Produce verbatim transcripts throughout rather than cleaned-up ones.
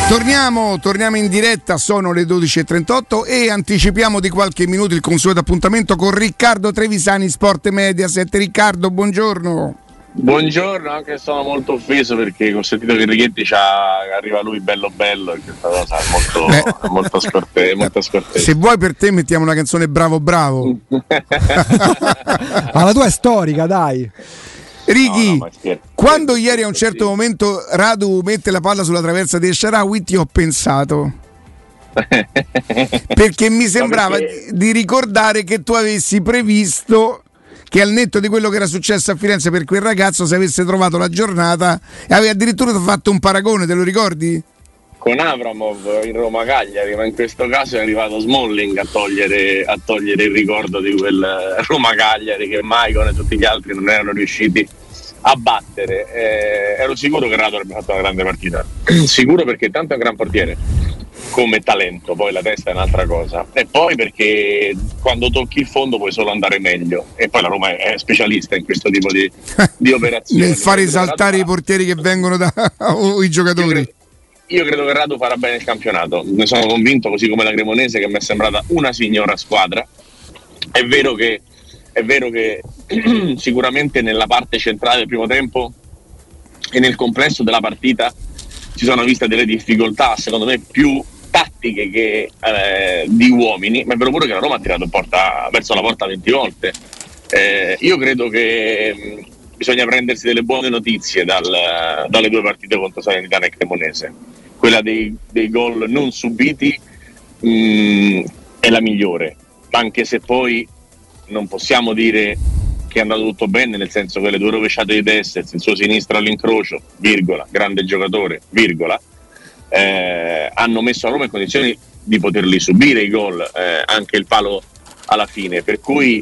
Torniamo, torniamo in diretta, sono le dodici e trentotto e anticipiamo di qualche minuto il consueto appuntamento con Riccardo Trevisani, Sport Mediaset. Riccardo, buongiorno. Buongiorno, anche sono molto offeso perché ho sentito che Righetti c'ha, arriva lui bello bello e questa cosa è molto, eh, molto, scorte, molto scortese. Se vuoi per te mettiamo una canzone Bravo Bravo. Ma la tua è storica, dai. Righi, no, no, quando ieri a un certo momento Radu mette la palla sulla traversa del Shaarawy ti ho pensato perché mi sembrava perché... di ricordare che tu avessi previsto che al netto di quello che era successo a Firenze per quel ragazzo se avesse trovato la giornata e avevi addirittura fatto un paragone, te lo ricordi? Con Avramov in Roma Cagliari, ma in questo caso è arrivato Smalling a togliere, a togliere il ricordo di quel Roma Cagliari che Maicon e tutti gli altri non erano riusciti a battere. Eh, ero sicuro che Radu avrebbe fatto una grande partita, sicuro perché tanto è un gran portiere come talento, poi la testa è un'altra cosa, e poi perché quando tocchi il fondo puoi solo andare meglio, e poi la Roma è specialista in questo tipo di, di operazioni. Nel fare esaltare i portieri che vengono da o i giocatori. Io credo che Radu farà bene il campionato, ne sono convinto, così come la Cremonese, che mi è sembrata una signora squadra. È vero che, è vero che sicuramente nella parte centrale del primo tempo e nel complesso della partita ci sono viste delle difficoltà, secondo me più tattiche che eh, di uomini, ma è vero pure che la Roma ha tirato porta, verso la porta venti volte. Eh, io credo che mh, bisogna prendersi delle buone notizie dal, dalle due partite contro Salernitana e Cremonese. Quella dei, dei gol non subiti mh, è la migliore, anche se poi non possiamo dire che è andato tutto bene, nel senso che le due rovesciate di Dessers, il suo sinistro all'incrocio, virgola, grande giocatore, virgola, eh, hanno messo a Roma in condizioni di poterli subire i gol, eh, anche il palo alla fine, per cui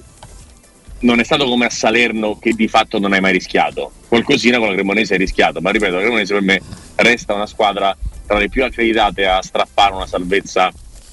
non è stato come a Salerno che di fatto non hai mai rischiato. Qualcosina con la Cremonese hai rischiato, ma ripeto, la Cremonese per me resta una squadra tra le più accreditate a strappare una salvezza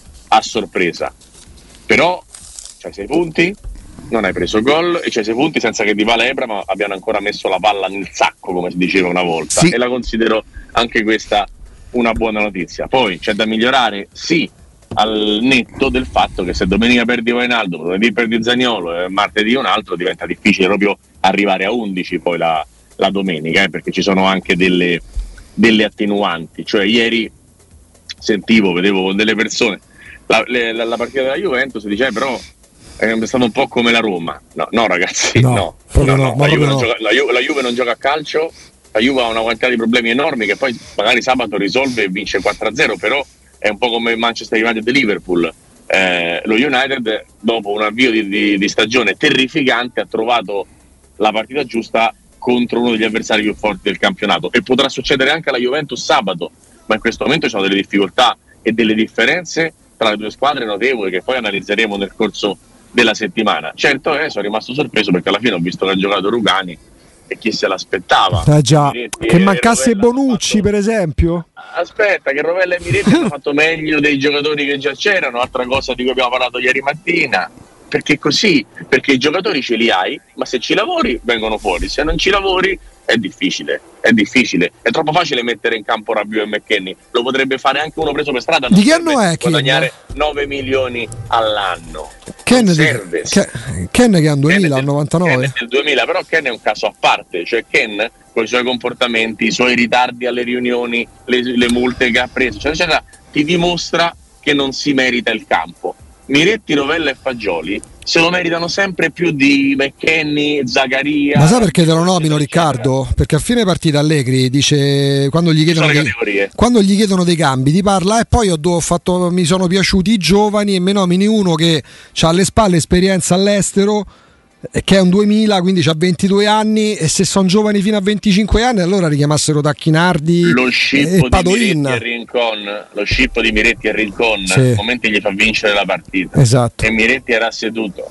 a sorpresa. Però c'hai sei punti, non hai preso gol e c'hai sei punti senza che Di Bala e Ebram abbiano ancora messo la palla nel sacco, come si diceva una volta, sì. E la considero anche questa una buona notizia. Poi c'è da migliorare, sì, al netto del fatto che se domenica perdi Wijnaldum, lunedì perdi Zaniolo e martedì un altro, diventa difficile proprio arrivare a undici poi la, la domenica, eh, perché ci sono anche delle, delle attenuanti. Cioè ieri sentivo, vedevo con delle persone la, le, la, la partita della Juventus, diceva però è stato un po' come la Roma. No, no ragazzi, no, no, no, no. La, Juve no. Gioca, la, Juve, la Juve non gioca a calcio, la Juve ha una quantità di problemi enormi che poi magari sabato risolve e vince quattro a zero, però è un po' come Manchester United e Liverpool. Eh, lo United, dopo un avvio di, di, di stagione terrificante, ha trovato la partita giusta contro uno degli avversari più forti del campionato, e potrà succedere anche alla Juventus sabato, ma in questo momento ci sono delle difficoltà e delle differenze tra le due squadre notevoli che poi analizzeremo nel corso della settimana. Certo è, sono rimasto sorpreso perché alla fine ho visto che ha giocato Rugani e chi se l'aspettava. Ah, già. Miretti che mancasse Bonucci fatto... per esempio. Aspetta, che Rovella e Miretti hanno fatto meglio dei giocatori che già c'erano, altra cosa di cui abbiamo parlato ieri mattina, perché così, perché i giocatori ce li hai, ma se ci lavori vengono fuori, se non ci lavori è difficile, è difficile, è troppo facile mettere in campo Rabiot e McKennie, lo potrebbe fare anche uno preso per strada, non di che anno è guadagnare nove milioni all'anno. Ken, serve. Ken, Ken che è un duemila, al novantanove? Ken è del duemila, però Ken è un caso a parte, cioè Ken con i suoi comportamenti, i suoi ritardi alle riunioni, le, le multe che ha preso, eccetera, eccetera, ti dimostra che non si merita il campo. Miretti, Rovella e Fagioli se lo meritano sempre più di McKennie, Zagaria. Ma sai perché te lo nomino, Riccardo? Perché a fine partita Allegri dice, quando gli chiedono, dei, quando gli chiedono dei cambi, ti parla e poi ho, ho fatto, mi sono piaciuti i giovani e me nomini uno che ha alle spalle esperienza all'estero, che è un duemila, quindi ha ventidue anni, e se sono giovani fino a venticinque anni allora richiamassero Tacchinardi lo e Padolin. Di Rincon, lo scippo di Miretti a Rincon, sì. Al momento gli fa vincere la partita, esatto. E Miretti era seduto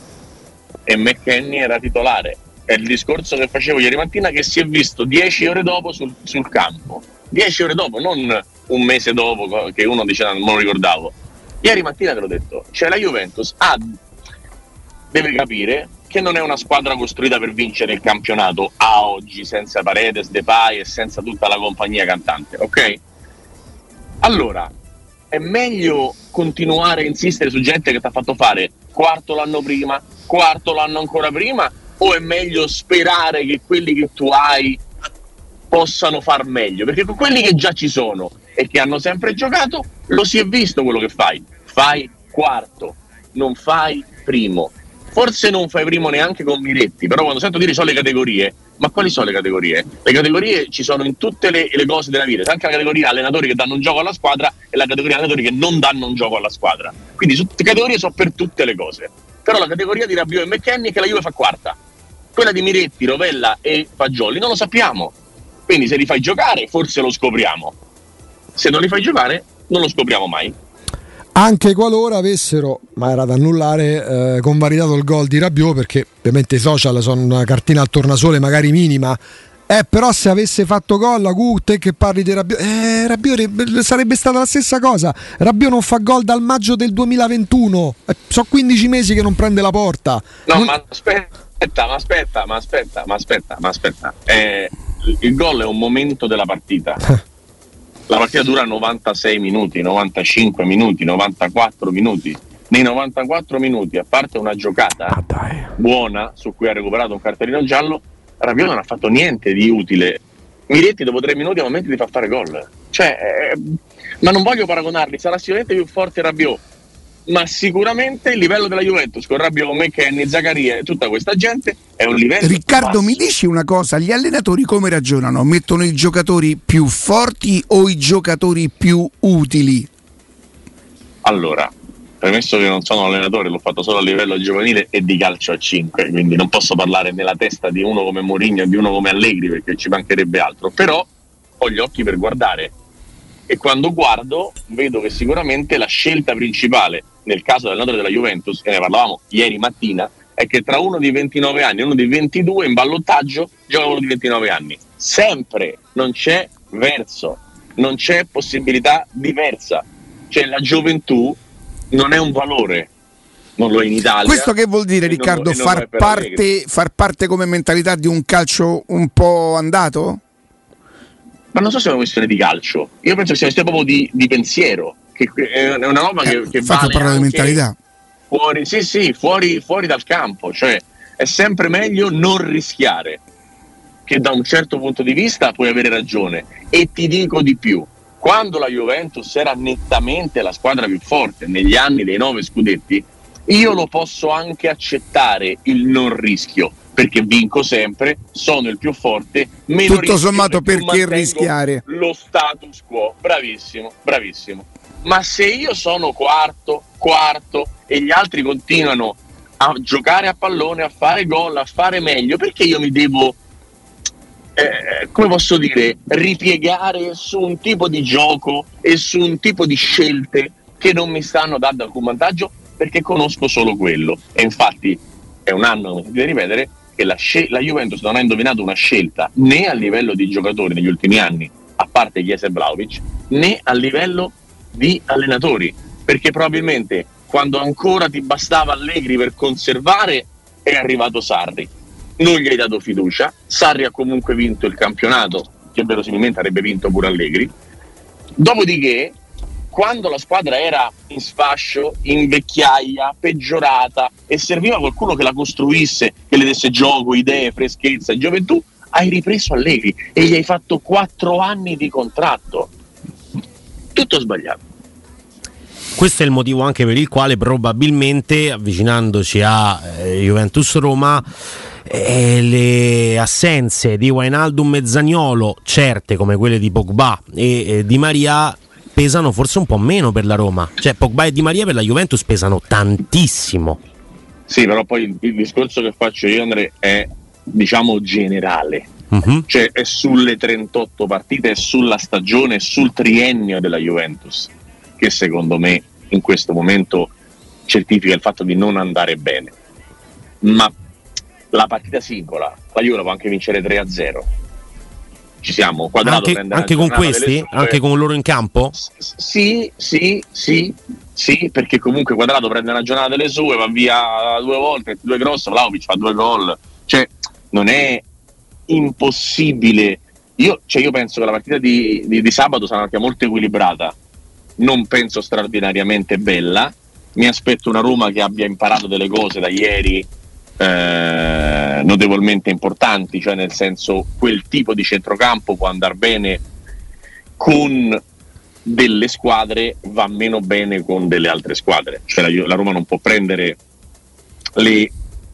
e McKennie era titolare. È il discorso che facevo ieri mattina, che si è visto dieci ore dopo sul, sul campo, dieci ore dopo, non un mese dopo che uno dice non me lo ricordavo. Ieri mattina te l'ho detto, cioè la Juventus ha, deve capire che non è una squadra costruita per vincere il campionato a oggi, senza Paredes, Depay e senza tutta la compagnia cantante, ok? Allora, è meglio continuare a insistere su gente che ti ha fatto fare quarto l'anno prima, quarto l'anno ancora prima, o è meglio sperare che quelli che tu hai possano far meglio? Perché con quelli che già ci sono e che hanno sempre giocato, lo si è visto quello che fai. Fai quarto, non fai primo. Forse non fai primo neanche con Miretti, però quando sento dire sono le categorie, ma quali sono le categorie? Le categorie ci sono in tutte le, le cose della vita, c'è anche la categoria allenatori che danno un gioco alla squadra e la categoria allenatori che non danno un gioco alla squadra. Quindi tutte le categorie sono per tutte le cose. Però la categoria di Rabiot e McKennie è che la Juve fa quarta. Quella di Miretti, Rovella e Fagioli non lo sappiamo. Quindi se li fai giocare forse lo scopriamo. Se non li fai giocare non lo scopriamo mai. Anche qualora avessero, ma era da annullare, eh, convalidato il gol di Rabiot, perché ovviamente i social sono una cartina al tornasole magari minima, eh, però se avesse fatto gol a Gut che parli di Rabiot, eh, Rabiot sarebbe stata la stessa cosa. Rabiot non fa gol dal maggio del duemilaventuno, eh, sono quindici mesi che non prende la porta. No, non... ma aspetta, ma aspetta, ma aspetta, ma aspetta, ma aspetta. Eh, il gol è un momento della partita. La partita dura novantasei minuti, novantacinque minuti, novantaquattro minuti. Nei novantaquattro minuti, a parte una giocata ah, dai. buona su cui ha recuperato un cartellino giallo, Rabiot non ha fatto niente di utile. Miretti dopo tre minuti a momenti di far fare gol. Cioè, eh, ma non voglio paragonarli, sarà sicuramente più forte Rabiot, ma sicuramente il livello della Juventus con Rabiot, McKennie, Zaccaria e tutta questa gente è un livello Riccardo, basso. mi dici una cosa, gli allenatori come ragionano? Mettono i giocatori più forti o i giocatori più utili? Allora, premesso che non sono allenatore, l'ho fatto solo a livello giovanile e di calcio a cinque, quindi non posso parlare nella testa di uno come Mourinho e di uno come Allegri, perché ci mancherebbe altro, però ho gli occhi per guardare e quando guardo vedo che sicuramente la scelta principale nel caso dell'allenatore della Juventus, e ne parlavamo ieri mattina, è che tra uno di ventinove anni e uno di ventidue in ballottaggio gioca uno di ventinove anni. Sempre, non c'è verso, non c'è possibilità diversa. Cioè la gioventù non è un valore, non lo è in Italia. Questo che vuol dire, Riccardo, non, far, parte, far parte come mentalità di un calcio un po' andato? Ma non so se è una questione di calcio, io penso che sia una questione proprio di, di pensiero, che è una roba eh, che, che fatto vale parlare di mentalità. Fuori, sì, sì, fuori, fuori dal campo, cioè è sempre meglio non rischiare, che da un certo punto di vista puoi avere ragione. E ti dico di più, quando la Juventus era nettamente la squadra più forte negli anni dei nove scudetti, io lo posso anche accettare il non rischio, perché vinco sempre, sono il più forte, meno tutto sommato perché rischiare lo status quo. Bravissimo, bravissimo. Ma se io sono quarto, quarto e gli altri continuano a giocare a pallone, a fare gol, a fare meglio, perché io mi devo eh, come posso dire, ripiegare su un tipo di gioco e su un tipo di scelte che non mi stanno dando alcun vantaggio, perché conosco solo quello. E infatti è un anno, come si deve ripetere, che la, scel- la Juventus non ha indovinato una scelta né a livello di giocatori negli ultimi anni, a parte Chiesa e Vlahovic, né a livello di allenatori, perché probabilmente quando ancora ti bastava Allegri per conservare è arrivato Sarri, non gli hai dato fiducia, Sarri ha comunque vinto il campionato che verosimilmente avrebbe vinto pure Allegri, dopodiché quando la squadra era in sfascio, in vecchiaia, peggiorata e serviva qualcuno che la costruisse, che le desse gioco, idee, freschezza e gioventù, hai ripreso Allegri e gli hai fatto quattro anni di contratto. Tutto sbagliato. Questo è il motivo anche per il quale probabilmente, avvicinandoci a eh, Juventus-Roma, eh, le assenze di Wijnaldum e Zaniolo, certe come quelle di Pogba e eh, Di Maria, pesano forse un po' meno per la Roma. Cioè Pogba e Di Maria per la Juventus pesano tantissimo. Sì, però poi il, il discorso che faccio io, Andre, è diciamo generale. Uh-huh. Cioè è sulle trentotto partite, è sulla stagione, è sul triennio della Juventus, che secondo me in questo momento certifica il fatto di non andare bene. Ma la partita singola, la Juve può anche vincere tre a zero. Ci siamo, Quadrato anche, anche con questi? Anche con loro in campo? S- sì, sì, sì, sì, perché comunque Quadrato prende una giornata delle sue, va via due volte, due grosse, Vlahovic fa due gol. Cioè non è impossibile. Io, cioè io penso che la partita di, di, di sabato sarà anche molto equilibrata, non penso straordinariamente bella. Mi aspetto una Roma che abbia imparato delle cose da ieri eh, notevolmente importanti, cioè nel senso quel tipo di centrocampo può andare bene con delle squadre, va meno bene con delle altre squadre, cioè la, la Roma non può prendere le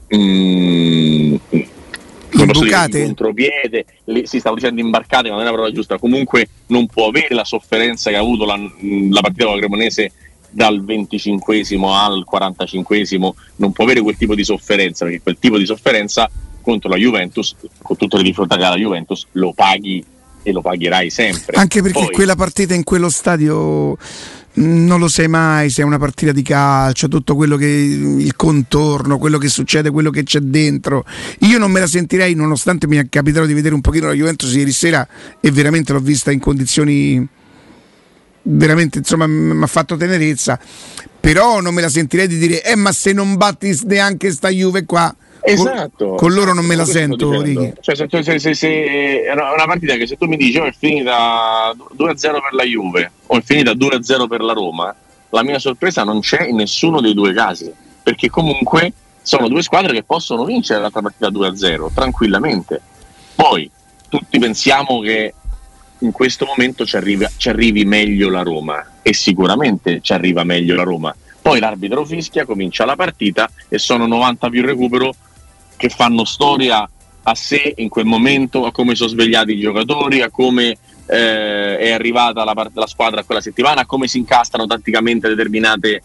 mm, imbucate, in contropiede, le, si stavo dicendo imbarcate, ma non è la parola giusta, comunque non può avere la sofferenza che ha avuto la, la partita con la Cremonese dal venticinquesimo al quarantacinquesimo, non può avere quel tipo di sofferenza, perché quel tipo di sofferenza contro la Juventus, con tutte le difficoltà che ha la Juventus, lo paghi e lo pagherai sempre. Anche perché Poi, quella partita in quello stadio non lo sai mai se è una partita di calcio, tutto quello che il contorno, quello che succede, quello che c'è dentro. Io non me la sentirei, nonostante mi è capitato di vedere un pochino la Juventus ieri sera e veramente l'ho vista in condizioni veramente, insomma, mi ha fatto tenerezza, però non me la sentirei di dire eh ma se non batti neanche sta Juve qua, esatto, con, con loro non me la questo sento, Ricky. Cioè, se, se, se, se è una partita che se tu mi dici oh, è finita due a zero per la Juve o è finita due a zero per la Roma, la mia sorpresa non c'è in nessuno dei due casi, perché comunque sono due squadre che possono vincere l'altra partita due a zero tranquillamente. Poi tutti pensiamo che in questo momento ci arrivi, ci arrivi meglio la Roma, e sicuramente ci arriva meglio la Roma. Poi l'arbitro fischia, comincia la partita e sono novanta più recupero che fanno storia a sé in quel momento, a come sono svegliati i giocatori, a come eh, è arrivata la, part- la squadra quella settimana, a come si incastrano tatticamente determinate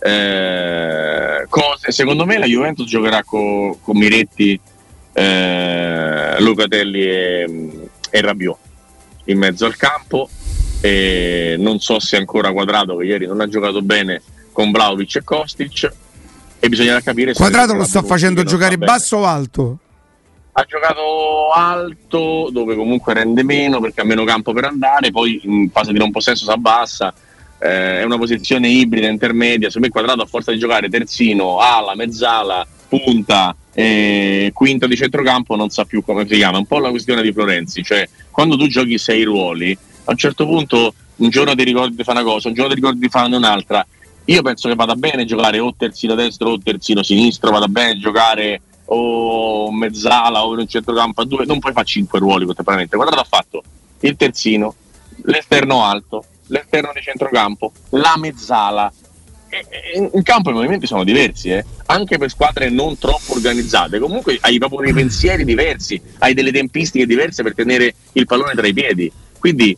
eh, cose. Secondo me la Juventus giocherà con co Miretti, eh, Locatelli e, e Rabiot in mezzo al campo, e non so se ancora Quadrato, che ieri non ha giocato bene, con Vlahovic e Kostic, e bisognerà capire se Quadrato lo sta facendo giocare basso o alto? Ha giocato alto, dove comunque rende meno perché ha meno campo per andare, poi in fase di non possesso si abbassa, eh, è una posizione ibrida intermedia. Secondo me Quadrato, a forza di giocare terzino, ala, mezzala, punta, eh, quinta di centrocampo, non sa più come si chiama. È un po' la questione di Florenzi, cioè quando tu giochi sei ruoli, a un certo punto un giorno ti ricordi di fare una cosa, un giorno ti ricordi di fare un'altra. Io penso che vada bene giocare o terzino destro o terzino sinistro, vada bene giocare o mezzala o in un centrocampo a due, non puoi fare cinque ruoli contemporaneamente. Quadrato ha fatto il terzino, l'esterno alto, l'esterno di centrocampo, la mezzala. In campo i movimenti sono diversi, eh? Anche per squadre non troppo organizzate. Comunque hai proprio dei pensieri diversi, hai delle tempistiche diverse per tenere il pallone tra i piedi. Quindi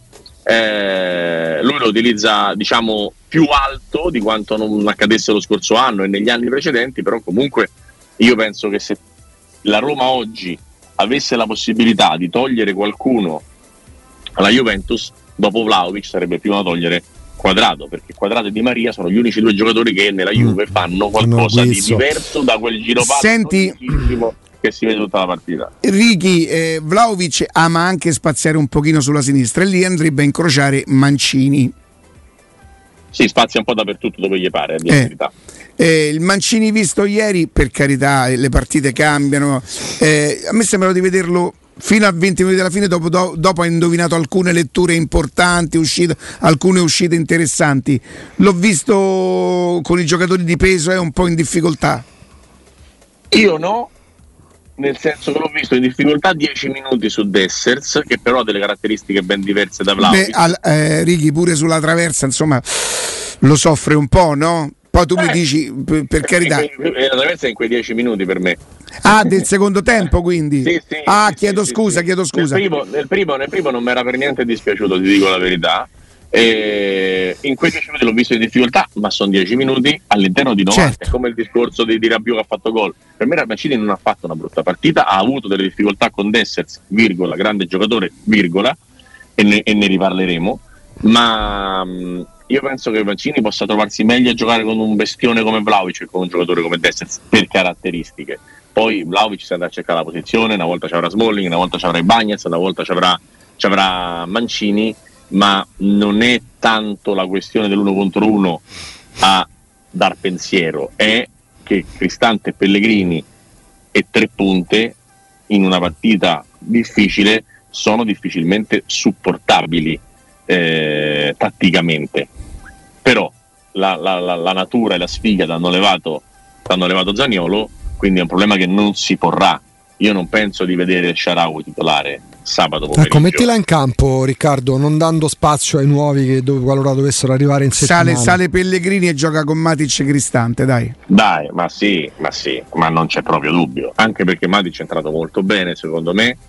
eh, lui lo utilizza, diciamo, più alto di quanto non accadesse lo scorso anno e negli anni precedenti. Però comunque io penso che se la Roma oggi avesse la possibilità di togliere qualcuno alla Juventus, dopo Vlahovic sarebbe prima da togliere Quadrato, perché Quadrato e Di Maria sono gli unici due giocatori che nella Juve fanno qualcosa di diverso da quel giropasso. Senti, che si vede tutta la partita. Ricky, eh, Vlahovic ama anche spaziare un pochino sulla sinistra e lì andrebbe a incrociare Mancini. Sì, spazia un po' dappertutto dove gli pare, a dire la verità. Eh, il Mancini visto ieri, per carità, le partite cambiano, eh, a me sembrava di vederlo fino a venti minuti alla fine, dopo, do, dopo ha indovinato alcune letture importanti, uscite, alcune uscite interessanti. L'ho visto con i giocatori di peso, è un po' in difficoltà. Io no, nel senso che l'ho visto in difficoltà dieci minuti su Dessers, che però ha delle caratteristiche ben diverse da Vlahovic. Beh, al, eh, Righi pure sulla traversa, insomma, lo soffre un po', no? Poi tu eh, mi dici, per, per carità, la traversa è in quei dieci minuti per me. Ah, del secondo tempo quindi? Sì, sì, ah, sì, chiedo sì, scusa, sì. chiedo scusa. Nel primo, nel, primo, nel primo non mi era per niente dispiaciuto, ti dico la verità. E in quei dieci minuti l'ho visto in difficoltà, ma sono dieci minuti all'interno di novanta. Certo. È come il discorso di, di Rabiot che ha fatto gol. Per me Mancini non ha fatto una brutta partita, ha avuto delle difficoltà con Dessers, virgola, grande giocatore, virgola, e ne, e ne riparleremo. Ma mh, io penso che Mancini possa trovarsi meglio a giocare con un bestione come Vlahovic che con un giocatore come Dessers, per caratteristiche. Poi Vlahovic si andrà a cercare la posizione, una volta ci avrà Smalling, una volta ci avrà Ibañez, una volta ci avrà, ci avrà Mancini, ma non è tanto la questione dell'uno contro uno a dar pensiero, è che Cristante e Pellegrini e tre punte in una partita difficile sono difficilmente supportabili eh, tatticamente. però la, la, la, la natura e la sfiga hanno levato, hanno levato Zaniolo, quindi è un problema che non si porrà. Io non penso di vedere Shaarawy titolare sabato pomeriggio. Ecco, mettila in campo, Riccardo, non dando spazio ai nuovi che dov- qualora dovessero arrivare in settimana. Sale, sale Pellegrini e gioca con Matic e Cristante, dai. Dai, ma sì, ma sì, ma non c'è proprio dubbio. Anche perché Matic è entrato molto bene, secondo me,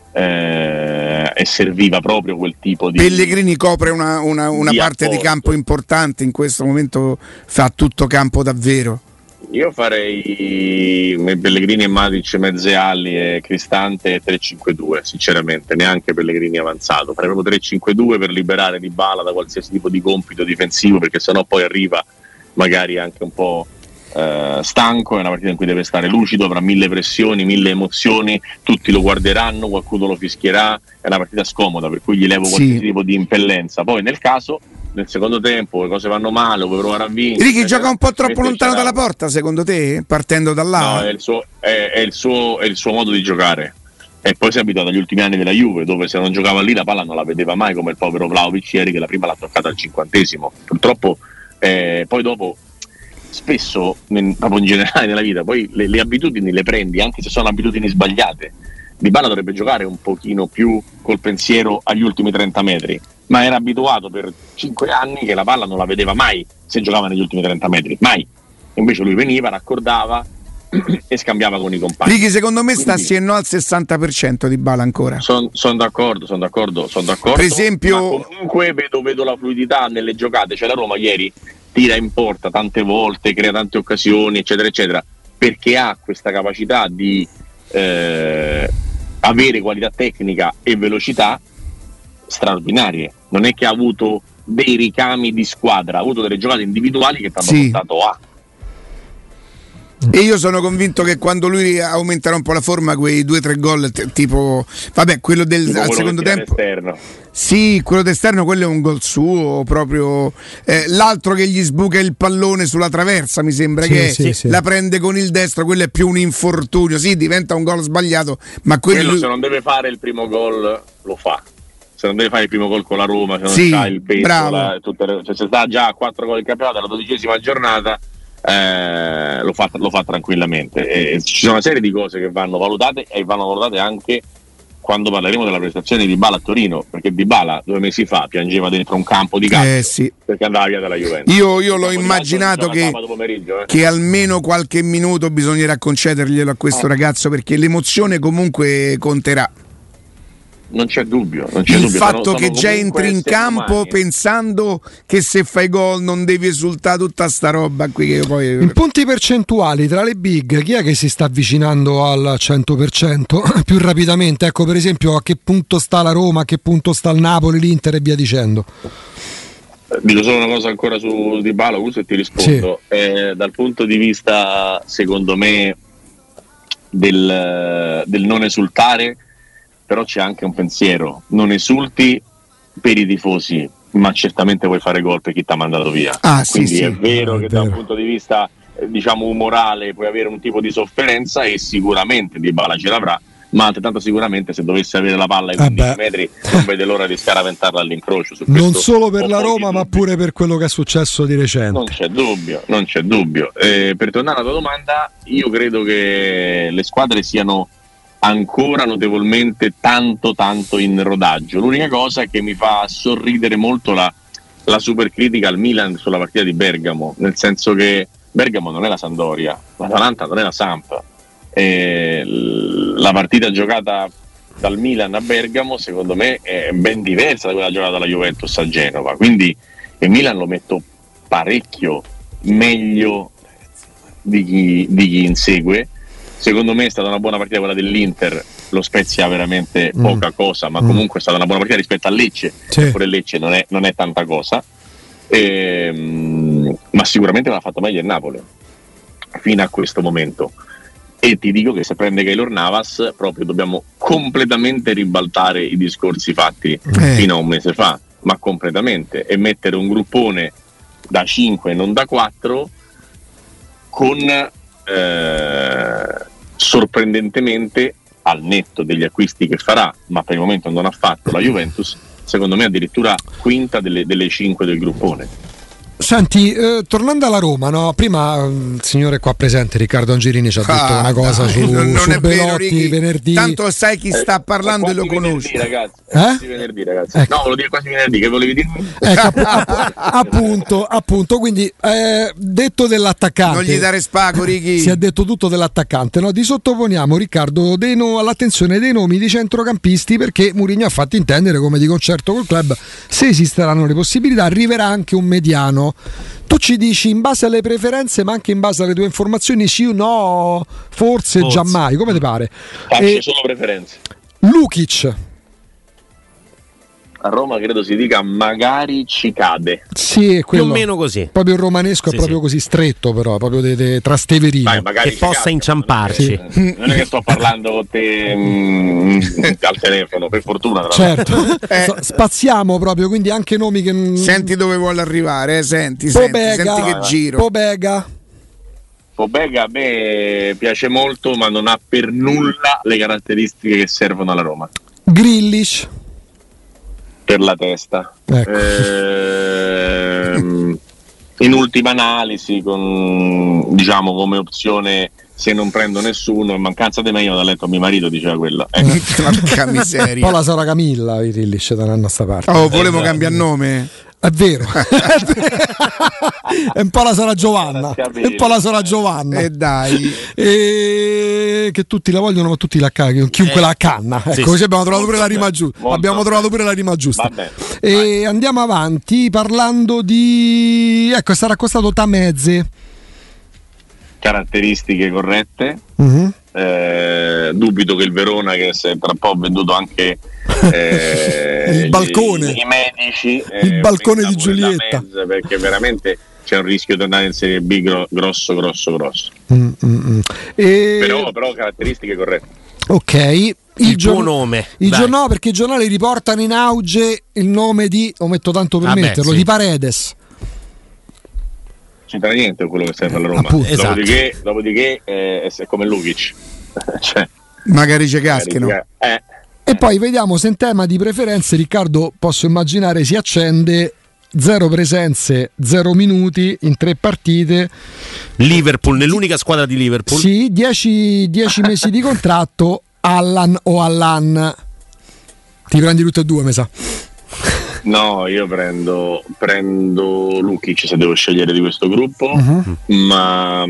eh, e serviva proprio quel tipo di... Pellegrini copre una, una, una di parte apporto. di campo importante, in questo momento fa tutto campo davvero. Io farei Pellegrini e Matic mezze ali e Cristante tre cinque due, sinceramente, neanche Pellegrini avanzato. Farei proprio tre cinque due per liberare Dybala da qualsiasi tipo di compito difensivo, perché sennò poi arriva magari anche un po' eh, stanco, è una partita in cui deve stare lucido, avrà mille pressioni, mille emozioni, tutti lo guarderanno, qualcuno lo fischierà, è una partita scomoda, per cui gli levo qualsiasi sì. tipo di impellenza. Poi nel caso, nel secondo tempo le cose vanno male, vuoi provare a vincere. Ricky gioca un po' troppo lontano dalla porta, secondo te? Partendo da là? No, è il suo, è, è il suo, è il suo modo di giocare. E poi si è abituato agli ultimi anni della Juve, dove se non giocava lì la palla non la vedeva mai, come il povero Vlahovic ieri, che la prima l'ha toccata al cinquantesimo. Purtroppo eh, poi dopo spesso nel, proprio in generale nella vita poi le, le abitudini le prendi, anche se sono abitudini sbagliate. Dybala dovrebbe giocare un pochino più col pensiero agli ultimi trenta metri, ma era abituato per cinque anni che la palla non la vedeva mai se giocava negli ultimi trenta metri, mai. Invece lui veniva, raccordava e scambiava con i compagni. Righi, secondo me sta Quindi, sì e no al sessanta per cento di Dybala ancora. Sono son d'accordo, sono d'accordo, sono d'accordo. Per esempio, ma comunque vedo, vedo la fluidità nelle giocate. Cioè la Roma ieri tira in porta tante volte, crea tante occasioni, eccetera, eccetera, perché ha questa capacità di eh, avere qualità tecnica e velocità straordinarie. Non è che ha avuto dei ricami di squadra, ha avuto delle giocate individuali che ti hanno sì. portato a. E io sono convinto che quando lui aumenterà un po' la forma, quei due o tre gol, t- tipo, vabbè, quello del Tipo al quello secondo che tempo. Esterno. Sì, quello d'esterno, quello è un gol suo proprio. Eh, l'altro che gli sbuca il pallone sulla traversa, mi sembra sì, che sì, sì. la prende con il destro, quello è più un infortunio. Sì, diventa un gol sbagliato, ma quello, quello se non deve fare il primo gol lo fa. Se non deve fare il primo gol con la Roma, se non sì, c'ha il peso, bravo. la, tutte le, cioè se sta già a quattro gol in campionato alla dodicesima giornata, eh, lo, fa, lo fa tranquillamente. E ci sono una serie di cose che vanno valutate e vanno valutate anche quando parleremo della prestazione di Dybala a Torino, perché Dybala due mesi fa piangeva dentro un campo di calcio eh, sì. perché andava via dalla Juventus. Io, io l'ho Dopo di immaginato calcio, che, eh. che almeno qualche minuto bisognerà concederglielo a questo eh. ragazzo, perché l'emozione comunque conterà. Non c'è dubbio, non c'è il dubbio. fatto sono, che sono già entri in campo umani. pensando che se fai gol non devi esultare, tutta sta roba qui che poi... In punti percentuali tra le big, chi è che si sta avvicinando al cento per cento più rapidamente? Ecco, per esempio, a che punto sta la Roma, a che punto sta il Napoli, l'Inter e via dicendo. Dico solo una cosa ancora su Dybala, questo e ti rispondo. Sì. Eh, dal punto di vista, secondo me, del, del non esultare, però c'è anche un pensiero: non esulti per i tifosi, ma certamente vuoi fare gol per chi ti ha mandato via. Ah, sì, quindi sì. è vero ah, che è da un vero. punto di vista eh, diciamo umorale puoi avere un tipo di sofferenza, e sicuramente Dybala ce l'avrà, ma altrettanto sicuramente se dovesse avere la palla ai quindici ah metri non vede l'ora di scaraventarla all'incrocio. Su non questo solo per la Roma, ma dubbi. pure per quello che è successo di recente. Non c'è dubbio, non c'è dubbio. Eh, per tornare alla tua domanda, io credo che le squadre siano ancora notevolmente tanto tanto in rodaggio. L'unica cosa che mi fa sorridere molto la, la super critica al Milan sulla partita di Bergamo, nel senso che Bergamo non è la Sampdoria, l'Atalanta non è la Samp. Eh, la partita giocata dal Milan a Bergamo secondo me è ben diversa da quella giocata dalla Juventus a Genova, quindi il Milan lo metto parecchio meglio di chi, di chi insegue. Secondo me è stata una buona partita quella dell'Inter, lo Spezia veramente mm. poca cosa, ma mm. comunque è stata una buona partita rispetto a Lecce, sì. Pure Lecce non è, non è tanta cosa, e, mh, ma sicuramente l'ha fatto meglio il Napoli fino a questo momento. E ti dico che se prende Keylor Navas proprio dobbiamo completamente ribaltare i discorsi fatti eh. fino a un mese fa, ma completamente, e mettere un gruppone da cinque e non da quattro con eh, sorprendentemente, al netto degli acquisti che farà, ma per il momento non ha fatto, la Juventus, secondo me addirittura quinta delle, delle cinque del gruppone. Senti, eh, tornando alla Roma, no? Prima il signore qua presente, Riccardo Angelini, ci ha ah, detto una cosa dai, su, non, non su è Belotti vero, venerdì. Tanto sai chi sta parlando eh, e lo conosci. Ragazzi. Eh? Quasi venerdì, ragazzi. Ecco. No, volevo dire quasi venerdì, che volevi dire? Ecco, app- appunto, appunto, quindi eh, detto dell'attaccante. Non gli dare spago, Ricky. Si è detto tutto dell'attaccante, no? Ti sottoponiamo, Riccardo, dei no, all'attenzione dei nomi di centrocampisti, perché Mourinho ha fatto intendere, come di concerto col club, se esisteranno le possibilità, arriverà anche un mediano. Tu ci dici in base alle preferenze, ma anche in base alle tue informazioni, sì o no, forse, forse. Giammai, come ti pare? Faccio e... solo preferenze. Lukic. A Roma credo si dica magari ci cade. Sì, è quello. Più o meno così. Proprio il romanesco sì, è proprio sì. così stretto, però, proprio de, de trasteverino. Vai, che possa cade, inciamparci. Non è, che, non è che sto parlando con te mh, al telefono, per fortuna. Certo. eh. Spaziamo proprio, quindi anche nomi che... Senti dove vuole arrivare, eh? senti, senti, senti che giro. Pobega. Pobega a me piace molto, ma non ha per nulla le caratteristiche che servono alla Roma. Grealish. Per la testa, ecco. ehm, in ultima analisi, con, diciamo come opzione, se non prendo nessuno, in mancanza di me, io ho letto a mio marito, diceva quello. Ecco. Porca miseria. Poi la sarà Camilla, i Rillish da a sta parte. Oh, volevo eh, cambiare nome. È vero. È un po' la sora Giovanna. È un po' la sora Giovanna. E eh dai. E che tutti la vogliono, ma tutti la cagano. Chiunque eh. la canna. Ecco, sì, così abbiamo trovato pure la rima giusta. Abbiamo trovato pure la rima giusta. Vabbè, e vai. Andiamo avanti parlando di. Ecco, è stato accostato Tameze. Caratteristiche corrette. Uh-huh. Eh, dubito che il Verona, che se tra un po' ha venduto anche eh, il balcone, i, i medici, il eh, balcone di Giulietta, mezza, perché veramente c'è un rischio di tornare in Serie B gro- grosso grosso grosso. Mm, mm, mm. E... però, però caratteristiche corrette. Ok, il, il gior- tuo nome il giornale, perché i giornali riportano in auge il nome di, lo metto tanto per ah metterlo, beh, sì. di Paredes. C'entra niente con quello che serve alla Roma. Appunto, esatto. Dopodiché, dopodiché eh, è come Lukic. Cioè, magari ci caschino. Eh. E poi vediamo se in tema di preferenze, Riccardo, posso immaginare si accende zero presenze, zero minuti in tre partite. Liverpool, nell'unica squadra di Liverpool. Sì, dieci mesi di contratto, Allan o Allan. Ti prendi tutte e due, mi sa. No, io prendo prendo Lukic se devo scegliere di questo gruppo, uh-huh. ma,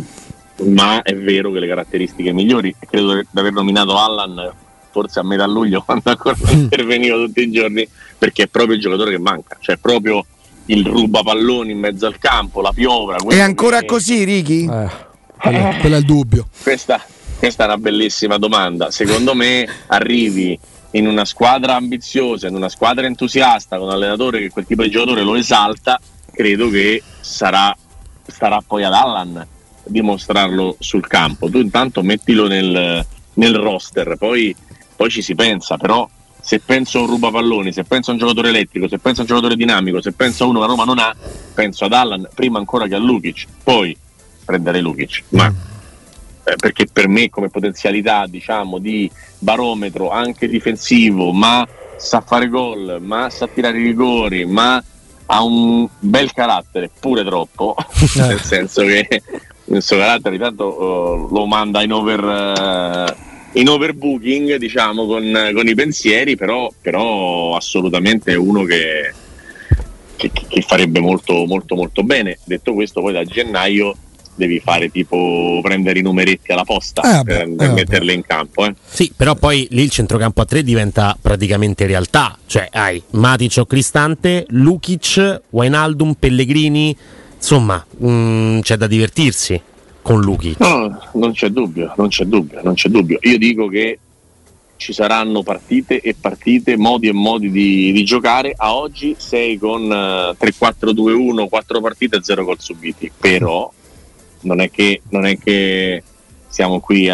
ma è vero che le caratteristiche migliori, credo di aver nominato Allan forse a metà luglio, quando ancora non intervenivo tutti i giorni, perché è proprio il giocatore che manca, cioè proprio il rubapalloni in mezzo al campo, la piovra. È ancora che... così, Ricky? Eh, quello, quello è il dubbio. Questa, questa è una bellissima domanda. Secondo me arrivi in una squadra ambiziosa, in una squadra entusiasta, con un allenatore che quel tipo di giocatore lo esalta, credo che sarà starà poi ad Allan dimostrarlo sul campo. Tu intanto mettilo nel, nel roster, poi, poi ci si pensa. Però se penso a un rubapalloni, se penso a un giocatore elettrico, se penso a un giocatore dinamico, se penso a uno che Roma non ha, penso ad Allan prima ancora che a Lukic, poi prenderei Lukic, ma eh, perché per me come potenzialità, diciamo, di barometro anche difensivo, ma sa fare gol, ma sa tirare i rigori, ma ha un bel carattere, pure troppo, nel senso che il suo carattere tanto uh, lo manda in over uh, in overbooking, diciamo, con, con i pensieri, però, però assolutamente uno che, che, che farebbe molto molto molto bene. Detto questo, poi da gennaio devi fare tipo prendere i numeretti alla posta eh, per, per eh, metterli in campo. Eh. Sì, però poi lì il centrocampo a tre diventa praticamente realtà. Cioè hai Matic o Cristante, Lukic, Wijnaldum, Pellegrini. Insomma, mh, c'è da divertirsi con Lukic. No, non c'è dubbio, non c'è dubbio, non c'è dubbio. Io dico che ci saranno partite e partite, modi e modi di, di giocare. A oggi sei con uh, tre quattro due uno, quattro partite e zero gol subiti. Però non è che non è che siamo qui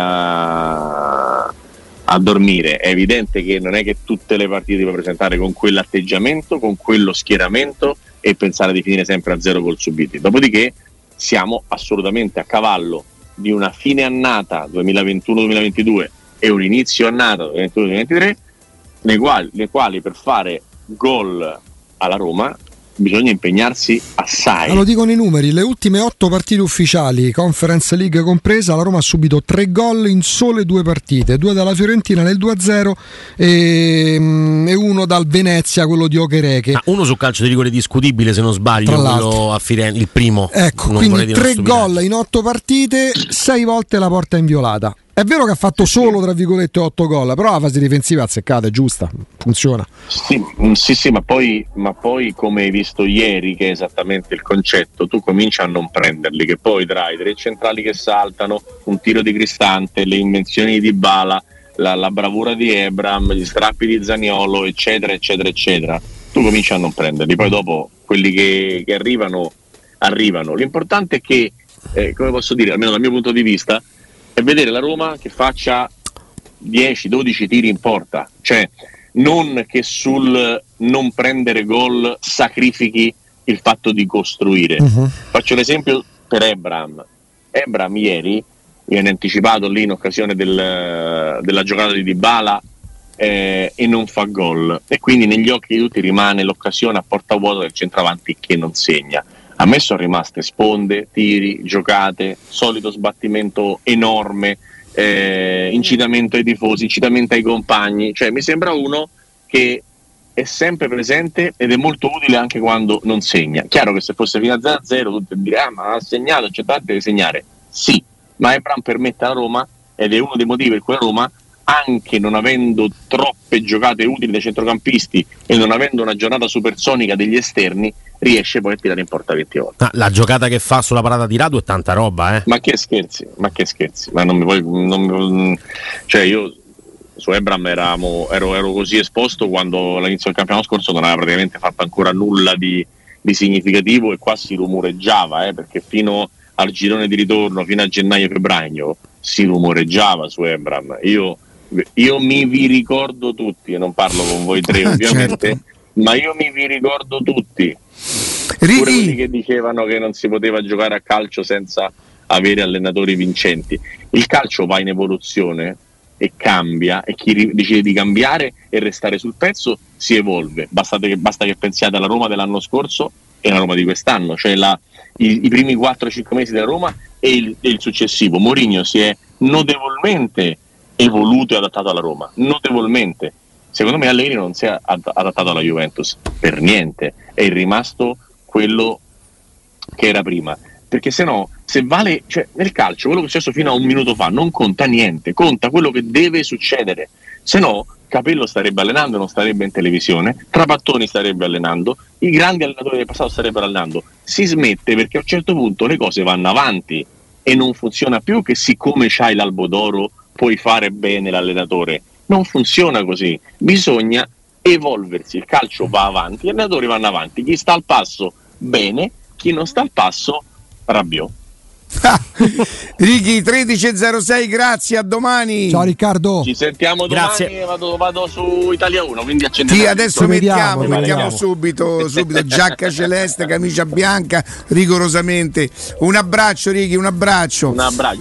a, a dormire. È evidente che non è che tutte le partite puoi presentare con quell'atteggiamento, con quello schieramento e pensare di finire sempre a zero gol subiti. Dopodiché siamo assolutamente a cavallo di una fine annata duemilaventuno duemilaventidue e un inizio annata duemilaventuno duemilaventitré, nei quali, nei quali per fare gol alla Roma bisogna impegnarsi assai. Ma lo dicono i numeri, le ultime otto partite ufficiali, Conference League compresa, la Roma ha subito tre gol in sole due partite, due dalla Fiorentina nel due a zero e, e uno dal Venezia, quello di Okereke. Ah, uno su calcio di rigore discutibile, se non sbaglio, quello a Firenze, il primo. Ecco, non quindi tre gol in otto partite, sei volte la porta inviolata. È vero che ha fatto solo, tra virgolette, otto gol, però la fase difensiva azzeccata, è giusta, funziona. Sì, sì, sì, ma poi, ma poi come hai visto ieri, che è esattamente il concetto, tu cominci a non prenderli, che poi tra i tre centrali che saltano, un tiro di Cristante, le invenzioni di Dybala, la, la bravura di Ebram, gli strappi di Zaniolo, eccetera, eccetera, eccetera, tu cominci a non prenderli. Poi dopo quelli che, che arrivano, arrivano. L'importante è che, eh, come posso dire, almeno dal mio punto di vista, è vedere la Roma che faccia dieci dodici tiri in porta, cioè non che sul non prendere gol sacrifichi il fatto di costruire. Uh-huh. Faccio l'esempio per Ebram. Ebram ieri viene anticipato lì in occasione del, della giocata di Dybala eh, e non fa gol, e quindi negli occhi di tutti rimane l'occasione a porta vuota del centravanti che non segna. A me sono rimaste sponde, tiri, giocate, solito sbattimento enorme, eh, incitamento ai tifosi, incitamento ai compagni. Cioè mi sembra uno che è sempre presente ed è molto utile anche quando non segna. Chiaro che se fosse fino a zero a zero tutti direbbero ah, ma ha segnato, c'è tanto deve segnare. Sì, ma Ebram permette alla Roma, ed è uno dei motivi per cui la Roma, anche non avendo troppe giocate utili dai centrocampisti e non avendo una giornata supersonica degli esterni, riesce poi a tirare in porta venti volte. Ah, la giocata che fa sulla parata di Radu è tanta roba, eh? Ma che scherzi, ma che scherzi, ma non mi puoi, non mi, cioè io su Ebram eravamo, ero, ero così esposto quando all'inizio del campionato scorso non aveva praticamente fatto ancora nulla di, di significativo, e qua si rumoreggiava, eh, perché fino al girone di ritorno, fino a gennaio-febbraio, si rumoreggiava su Ebram. Io Io mi vi ricordo tutti, e non parlo con voi tre ovviamente, certo. Ma io mi vi ricordo tutti. Ricky. Pure quelli che dicevano che non si poteva giocare a calcio senza avere allenatori vincenti. Il calcio va in evoluzione e cambia, e chi ri- decide di cambiare e restare sul pezzo si evolve. Basta che, basta che pensiate alla Roma dell'anno scorso e alla Roma di quest'anno, cioè la, i, i primi quattro cinque mesi della Roma e il, e il successivo. Mourinho si è notevolmente evoluto e adattato alla Roma, notevolmente. Secondo me Allegri non si è ad- adattato alla Juventus per niente, è rimasto quello che era prima, perché se no, se vale, cioè nel calcio quello che è successo fino a un minuto fa non conta niente, conta quello che deve succedere. Se no Capello starebbe allenando, non starebbe in televisione, Trapattoni starebbe allenando, i grandi allenatori del passato starebbero allenando. Si smette perché a un certo punto le cose vanno avanti e non funziona più che siccome c'hai l'Albo d'Oro puoi fare bene l'allenatore. Non funziona così, bisogna evolversi, il calcio va avanti, gli allenatori vanno avanti, chi sta al passo bene, chi non sta al passo Rabiot. Ricky tredici e zero sei, grazie, a domani. Ciao Riccardo, ci sentiamo domani. Grazie. Vado, vado su Italia uno, quindi sì, adesso mettiamo, vediamo, mettiamo subito, subito giacca celeste, camicia bianca, rigorosamente. Un abbraccio Ricky, un abbraccio. Un abbraccio.